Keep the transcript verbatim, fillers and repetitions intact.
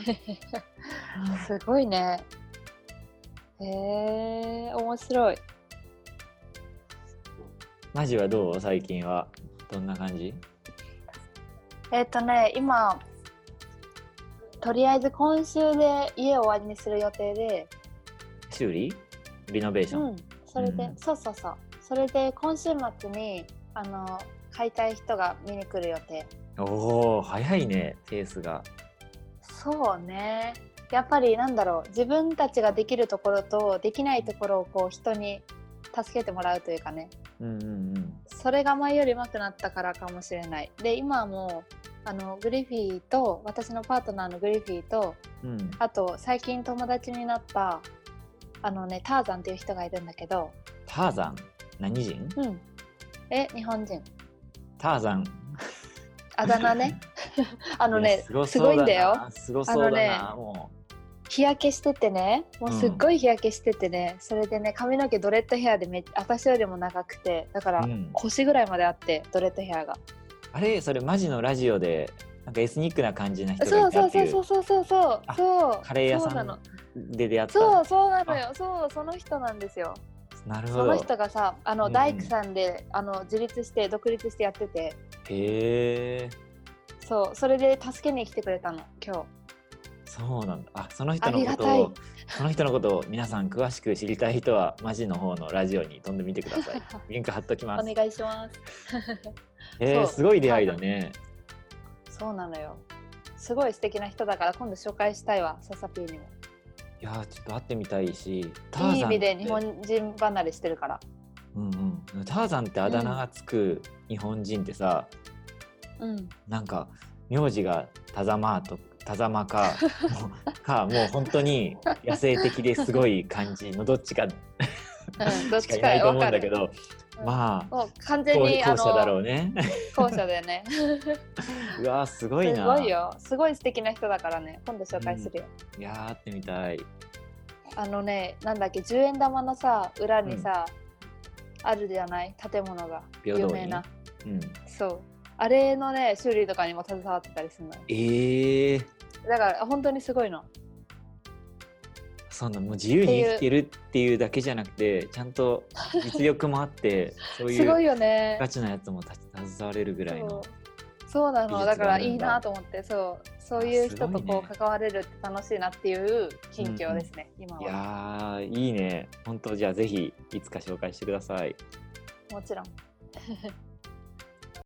すごいね。へえ、面白い。 マジはどう？最近はどんな感じ？ えっとね、今とりあえず今週で家を終わりにする予定で、 修理？リノベーション？ うん、それで、 うん、 そうそうそう。それで今週末にあの買いたい人が見に来る予定。 おお、早いね、ペースが。 そうね。やっぱりなんだろう、自分たちができるところとできないところをこう人に助けてもらうというかね。 うんうんうん。 それが前より上手くなったからかもしれない。で、今はもうあのグリフィーと私のパートナーのグリフィーと、 うん、 あと最近友達になったあのねターザンっていう人がいるんだけど。 ターザン？何人？ うん。え、日本人。 ターザン。 あだ名ね。あのね、 すごすごいんだよ。 すごそうだな、 ね、 もう。 日焼けしててね、もうすっごい日焼けしててね、うん、それでね、髪の毛ドレッドヘアでめ私よりも長くて、だから腰ぐらいまであって、うん、ドレッドヘアが。 あれ、それマジのラジオでなんかエスニックな感じな人がいたっていう。 そうそうそうそうそうそう。 カレー屋さんで出会った。 そうそうなのよ。そう、その人なんですよ。 なるほど。 その人がさ、あの、うん、大工さんであの自立して独立してやってて。 へえ。 そう、それで助けに来てくれたの今日。 そうなんだ。あ、その人のことをその人のことを皆さん詳しく知りたい人はマジの方のラジオに飛んでみてください。リンク貼っときます。 お願いします。 えー、すごい出会いだね。 そうなのよ。すごい素敵な人だから今度紹介したいわ、ササピーにも。 いやちょっと会ってみたいし、 ターザンいい意味で日本人離れしてるから。 うんうん。ターザンってあだ名がつく日本人ってさ、 うん、なんか名字がタザマーとタザマかもうかもう本当に野生的ですごい感じのどっちか、うん、どっちかいないと思うんだけど、うん、まあもう完全に後者だろうね。 後者だよね。 うわすごいな。 すごいよ。すごい素敵な人だからね。今度紹介するよ。 うん、いやー会ってみたい。 あのね、なんだっけ、じゅうえん玉のさ裏にさ、うん、あるじゃない建物が有名な。うん、そう。あれのね修理とかにも携わってたりするの。 えー、 だから本当にすごいの。 そんなもう自由に生きてるっていうだけじゃなくてちゃんと実力もあってそういうすごいよね。 ガチなやつも携われるぐらいの。 そう、そうなの。だからいいなと思って、そうそういう人とこう関われるって楽しいなっていう近況ですね、うん、今は。 いやーいいね。本当じゃあぜひいつか紹介してください。 もちろん。